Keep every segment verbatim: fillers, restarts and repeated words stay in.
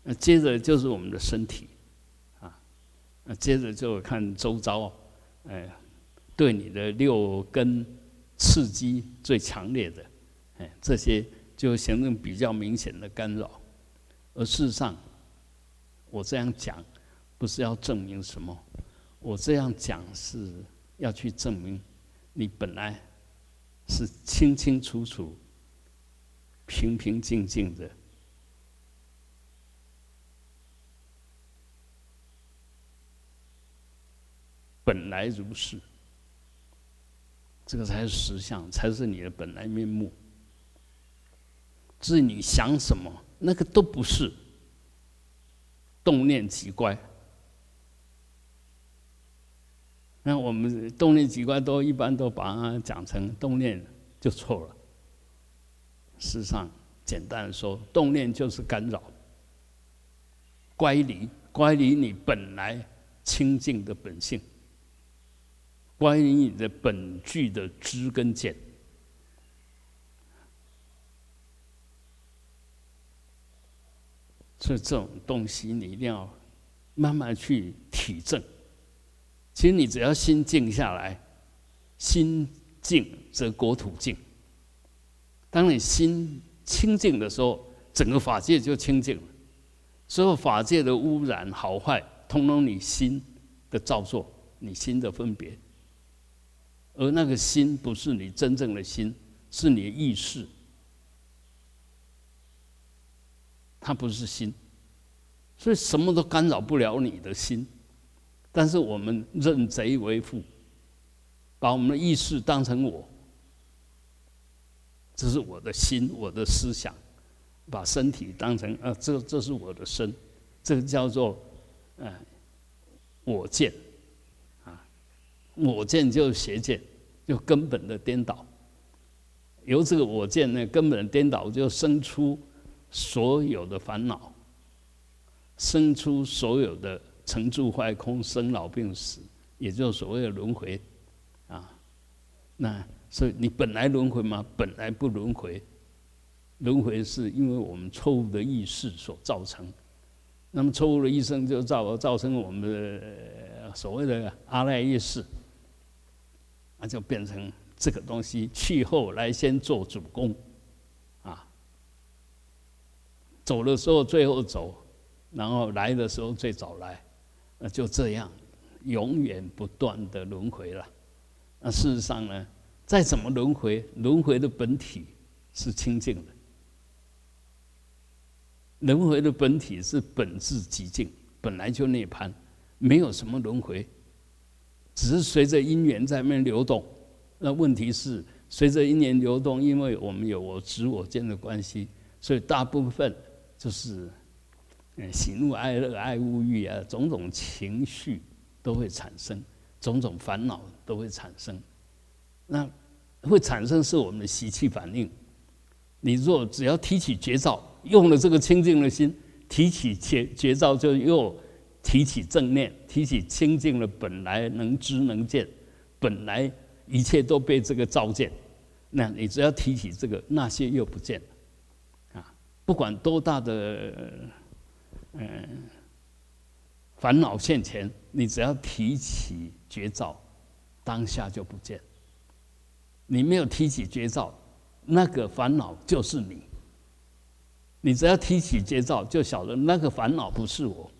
那接着就是我们的身体，啊，那接着就看周遭，哎，对你的六根刺激最强烈的，哎，这些就形成比较明显的干扰。而事实上，我这样讲不是要证明什么，我这样讲是要去证明你本来是清清楚楚、平平静静的。本来如是，这个才是实相，才是你的本来面目。至于你想什么，那个都不是。动念即乖，那我们动念即乖都一般都把它讲成动念就错了。事实上，简单的说，动念就是干扰，乖离，乖离你本来清净的本性。关于你的本具的知跟见，所以这种东西你一定要慢慢去体证。其实你只要心静下来，心静则国土静。当你心清净的时候，整个法界就清净了。所有法界的污染好坏，通通你心的造作，你心的分别。而那个心不是你真正的心，是你的意识，它不是心，所以什么都干扰不了你的心。但是我们认贼为父，把我们的意识当成我，这是我的心，我的思想，把身体当成啊，这这是我的身，这个叫做呃我见。我见就是邪见，就根本的颠倒。由这个我见呢，根本的颠倒，就生出所有的烦恼，生出所有的成住坏空、生老病死，也就是所谓的轮回啊。那所以你本来轮回吗？本来不轮回，轮回是因为我们错误的意识所造成。那么错误的意识就造造成我们的所谓的阿赖耶识。那就变成这个东西，去后来先做主公，啊，走的时候最后走，然后来的时候最早来，那就这样，永远不断的轮回了。那事实上呢，再怎么轮回，轮回的本体是清净的，轮回的本体是本质寂静，本来就涅槃，没有什么轮回。只是随着因缘在那边流动，那问题是随着因缘流动，因为我们有我执我见的关系，所以大部分就是喜怒哀乐、爱恶欲啊，种种情绪都会产生，种种烦恼都会产生。那会产生是我们的习气反应。你若只要提起觉照，用了这个清净的心，提起觉觉照就又提起正念，提起清净的本来能知能见，本来一切都被这个照见。那你只要提起这个，那些又不见了啊！不管多大的嗯、呃、烦恼现前，你只要提起觉照，当下就不见。你没有提起觉照，那个烦恼就是你。你只要提起觉照，就晓得那个烦恼不是我。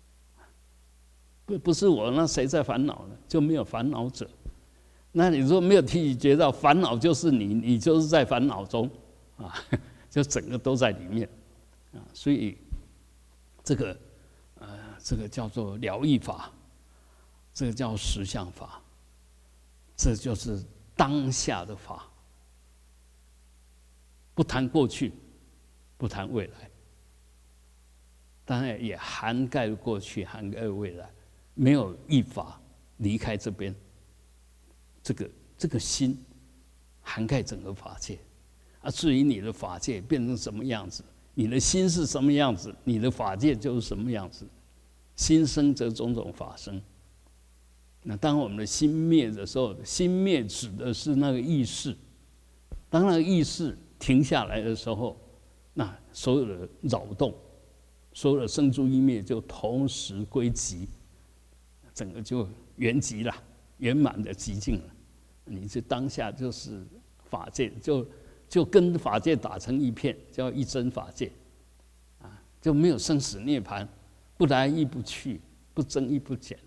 不不是我，那谁在烦恼呢？就没有烦恼者。那你说没有提起觉照，烦恼就是你，你就是在烦恼中啊，就整个都在里面啊。所以这个呃，这个叫做了义法，这个叫实相法，这就是当下的法，不谈过去，不谈未来，当然也涵盖过去，涵盖未来。没有一法离开这边，这个这个心涵盖整个法界啊。至于你的法界变成什么样子，你的心是什么样子，你的法界就是什么样子。心生则种种法生。那当我们的心灭的时候，心灭指的是那个意识。当那个意识停下来的时候，那所有的扰动， 所有的生住意灭就同时归极，整个就圆寂了，圆满的极境了。你这当下就是法界，就就跟法界打成一片，叫一真法界，啊，就没有生死涅槃，不来亦不去，不增亦不减，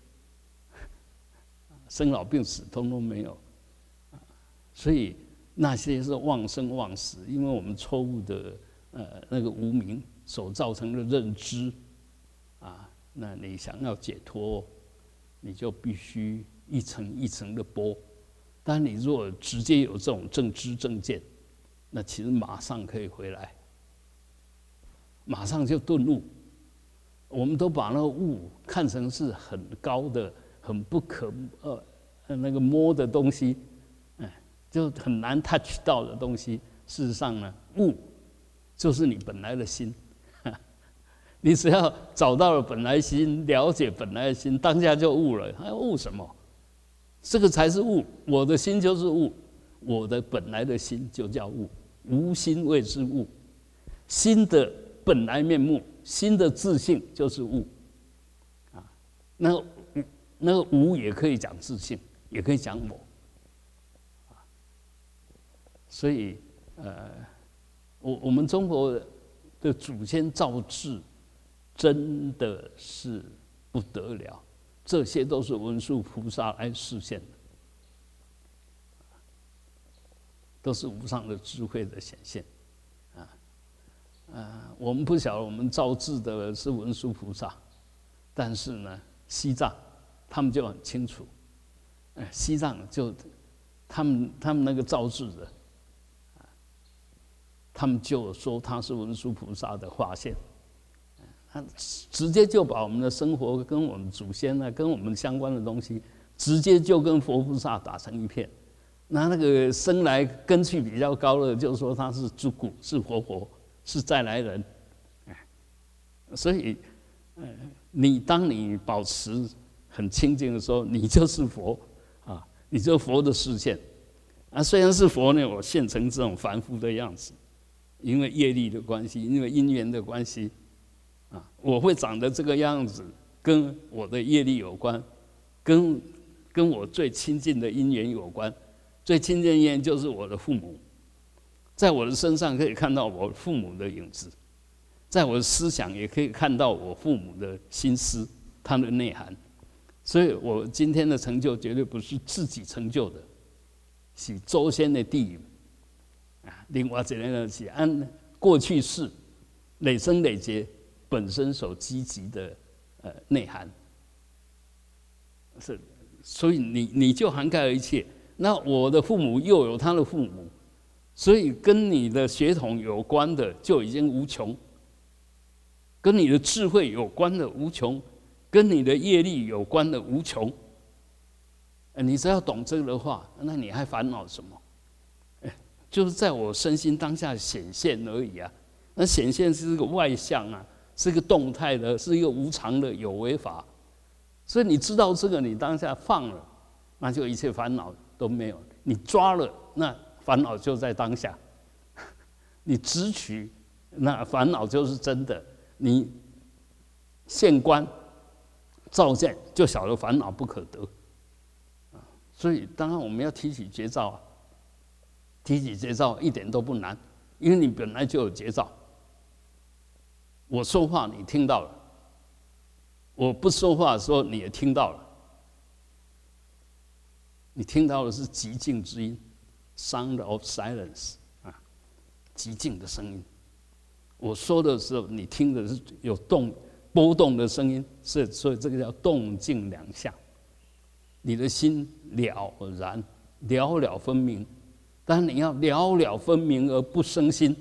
生老病死通通没有。所以那些是妄生妄死，因为我们错误的呃那个无明所造成的认知啊，那你想要解脱，你就必须一层一层的剥。但你如果直接有这种正知正见，那其实马上可以回来，马上就顿悟。我们都把那个悟看成是很高的、很不可呃那个摸的东西，哎，就很难 touch 到的东西。事实上呢，悟就是你本来的心。你只要找到了本来心，了解本来的心，当下就悟了。还悟什么？这个才是悟。我的心就是悟，我的本来的心就叫悟。无心谓之悟，心的本来面目，心的自性就是悟。啊，那个那个无也可以讲自性，也可以讲我。啊，所以呃，我我们中国的祖先造字。真的是不得了，这些都是文殊菩萨来实现的，都是无上的智慧的显现，啊，啊，我们不晓得我们造字的是文殊菩萨，但是呢，西藏他们就很清楚，哎，西藏就他们他们那个造字的，他们就说他是文殊菩萨的化现。他直接就把我们的生活跟我们祖先呢，跟我们相关的东西，直接就跟佛菩萨打成一片。那那个生来根气比较高的，就说他是诸古，是活佛，是再来人。所以，呃，你当你保持很清净的时候，你就是佛啊，你就佛的视线啊。虽然是佛呢，我现成这种凡夫的样子，因为业力的关系，因为因缘的关系。啊，我会长得这个样子，跟我的业力有关，跟跟我最亲近的因缘有关。最亲近的因缘就是我的父母，在我的身上可以看到我父母的影子，在我的思想也可以看到我父母的心思，它的内涵。所以我今天的成就绝对不是自己成就的，是周先的地啊。另外一个呢是按过去式累生累劫。本身所积极的呃内涵，是，所以你你就涵盖了一切。那我的父母又有他的父母，所以跟你的血统有关的就已经无穷，跟你的智慧有关的无穷，跟你的业力有关的无穷。你只要懂这个的话，那你还烦恼什么？就是在我身心当下显现而已啊。那显现是个外相啊。是一个动态的，是一个无常的有为法，所以你知道这个，你当下放了，那就一切烦恼都没有。你抓了，那烦恼就在当下；你执取，那烦恼就是真的。你现观照见，就晓得烦恼不可得。所以，当然我们要提起觉照啊，提起觉照一点都不难，因为你本来就有觉照。我说话你听到了，我不说话的时候你也听到了，你听到的是寂静之音 ，sound of silence 啊，寂静的声音。我说的时候，你听的是有动波动的声音，是所以这个叫动静两相。你的心了然了了分明，但你要了了分明而不生心。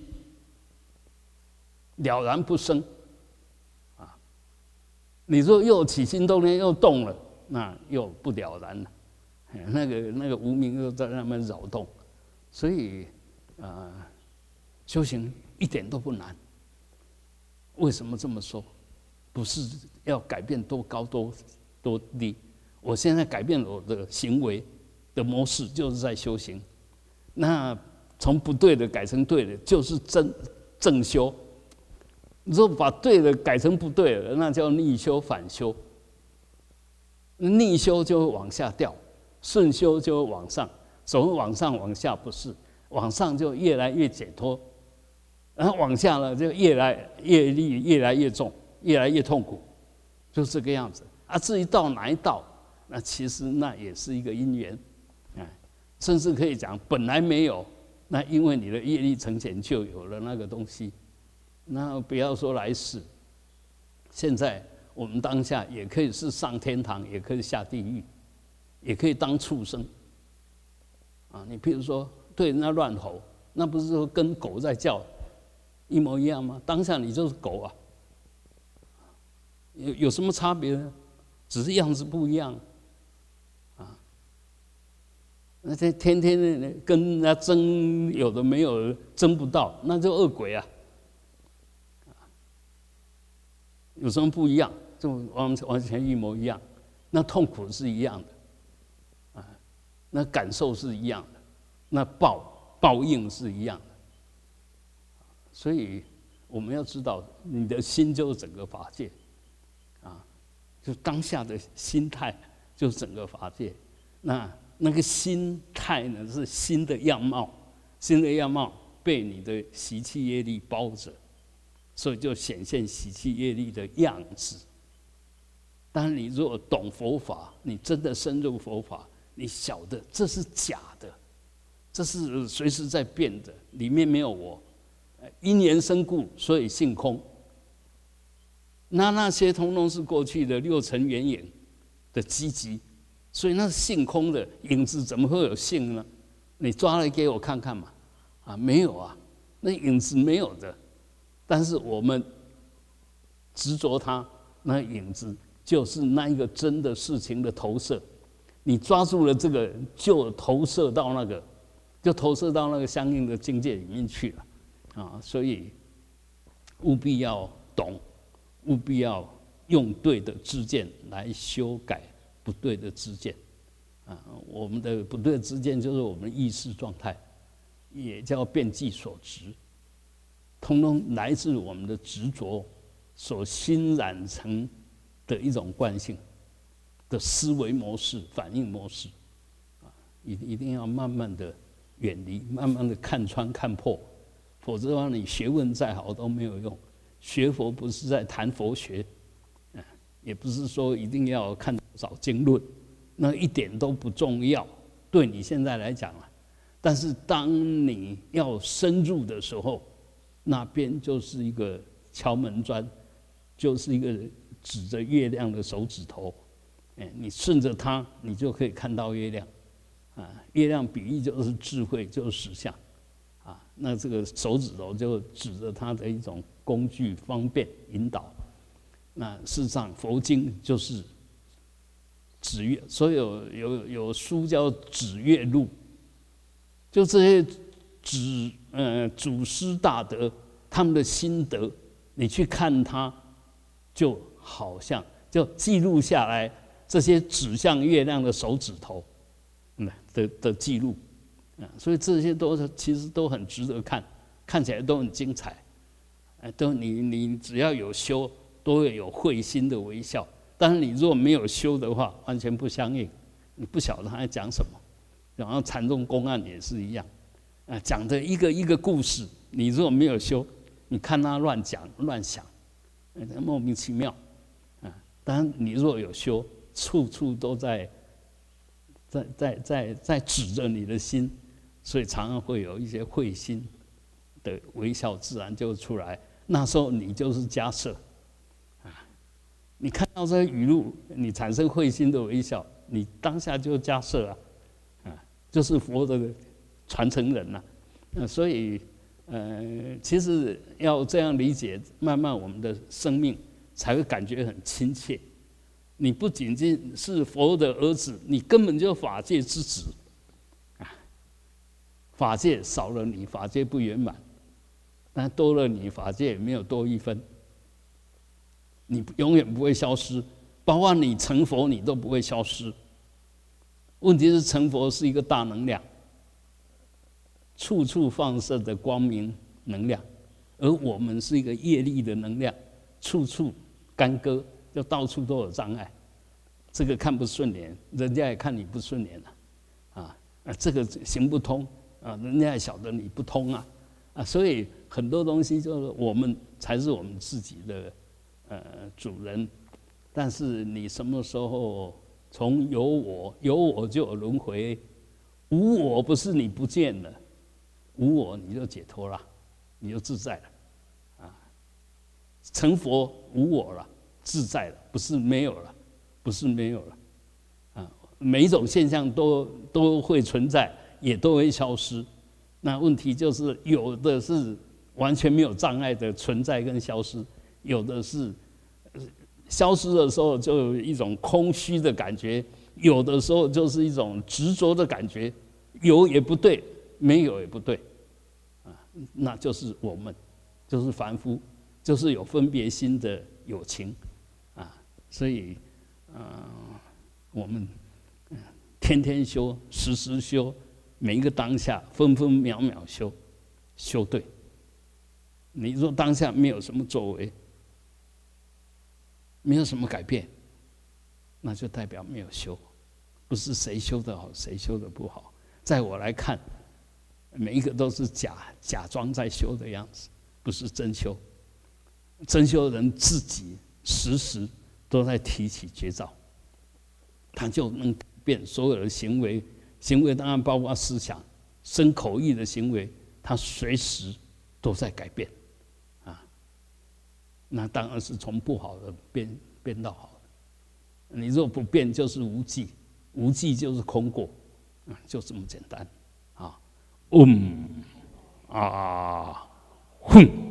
了然不生，啊！你说又起心动念又动了，那又不了然了，那个那个无明又在那边扰动，所以啊、呃，修行一点都不难。为什么这么说？不是要改变多高多多低，我现在改变了我的行为的模式，就是在修行。那从不对的改成对的，就是正正修。 你说把对的改成不对了，那叫逆修反修。逆修就会往下掉，顺修就会往上。怎么往上往下？不是往上就越来越解脱，然后往下呢就越来业力越来越重，越来越痛苦，就这个样子啊。至于到哪一道，那其实那也是一个因缘，哎，甚至可以讲本来没有，那因为你的业力呈现就有了那个东西。那不要说来世，现在我们当下也可以是上天堂，也可以下地狱，也可以当畜生。啊，你譬如说对人家乱吼，那不是说跟狗在叫一模一样吗？当下你就是狗啊，有有什么差别呢？只是样子不一样啊。那天天天的跟人家争，有的没有争不到，那就恶鬼啊。有什么不一样？就完完全一模一样。那痛苦是一样的，啊，那感受是一样的，那报报应是一样的。所以我们要知道，你的心就是整个法界，啊，就当下的心态就是整个法界。那那个心态呢，是心的样貌，心的样貌被你的习气业力包着。所以就显现习气业力的样子。当然，你如果懂佛法，你真的深入佛法，你晓得这是假的，这是随时在变的，里面没有我。因缘生故，所以性空。那那些通通是过去的六尘缘影的积集，所以那是性空的影子，怎么会有性呢？你抓来给我看看嘛，啊，没有啊，那影子没有的。但是我们执着它，那影子就是那一个真的事情的投射。你抓住了这个，就投射到那个，就投射到那个相应的境界里面去了啊！所以务必要懂，务必要用对的知见来修改不对的知见啊！我们的不对的知见就是我们的意识状态，也叫遍计所执。通通来自我们的执着所熏染成的一种惯性的思维模式、反应模式，啊，一一定要慢慢的远离，慢慢的看穿、看破，否则的话，你学问再好都没有用。学佛不是在谈佛学，啊，也不是说一定要看多少经论，那一点都不重要。对你现在来讲啊，但是当你要深入的时候，那边就是一个敲门砖，就是一个指着月亮的手指头，哎，你顺着它，你就可以看到月亮，啊，月亮比喻就是智慧，就是实相，啊，那这个手指头就指着它的一种工具，方便引导。那事实上，佛经就是指月，所以有有有书叫《指月录》，就这些指。呃，祖师大德他们的心得，你去看它，就好像就记录下来这些指向月亮的手指头，嗯的的记录，啊，所以这些都是其实都很值得看，看起来都很精彩，哎，都你你只要有修，都会有会心的微笑。但是你如果没有修的话，完全不相应，你不晓得他在讲什么。然后禅宗公案也是一样。啊，讲的一个一个故事，你如果没有修，你看他乱讲乱想，莫名其妙啊。当然，你若有修，处处都在在在在在指着你的心，所以常常会有一些会心的微笑，自然就出来。那时候你就是迦叶啊，你看到这个语录，你产生会心的微笑，你当下就迦叶啊，啊，就是佛的传承人呐，呃，所以呃，其实要这样理解，慢慢我们的生命才会感觉很亲切。你不仅仅是佛的儿子，你根本就法界之子啊！法界少了你，法界不圆满；但多了你，法界也没有多一分。你永远不会消失，包括你成佛，你都不会消失。问题是成佛是一个大能量。处处放射的光明能量， 而我们是一个业力的能量，处处干戈，就到处都有障碍。这个看不顺眼，人家也看你不顺眼了，啊啊，这个行不通啊，人家也晓得你不通啊，啊，所以很多东西就是我们才是我们自己的呃主人，但是你什么时候从有我，有我就有轮回，无我不是你不见了，无我你就解脱了，你就自在了，啊，成佛无我了，自在了，不是没有了。不是没有了，啊，每一种现象都都会存在，也都会消失。那问题就是有的是完全没有障碍的存在跟消失，有的是消失的时候就有一种空虚的感觉，有的时候就是一种执着的感觉，有也不对，没有也不对，啊，那就是我们，就是凡夫，就是有分别心的有情，啊，所以。呃，我们天天修，时时修，每一个当下，分分秒秒修，修对。你说当下没有什么作为，没有什么改变，那就代表没有修，不是谁修得好，谁修得不好。在我来看，每一个都是假假装在修的样子，不是真修。真修的人自己时时都在提起觉照，他就能改变所有的行为。行为当然包括思想、身口意的行为，他随时都在改变，啊，那当然是从不好的变变到好的。你若不变，就是无记，无记就是空过，啊，就这么简单，啊，嗯，啊，哼。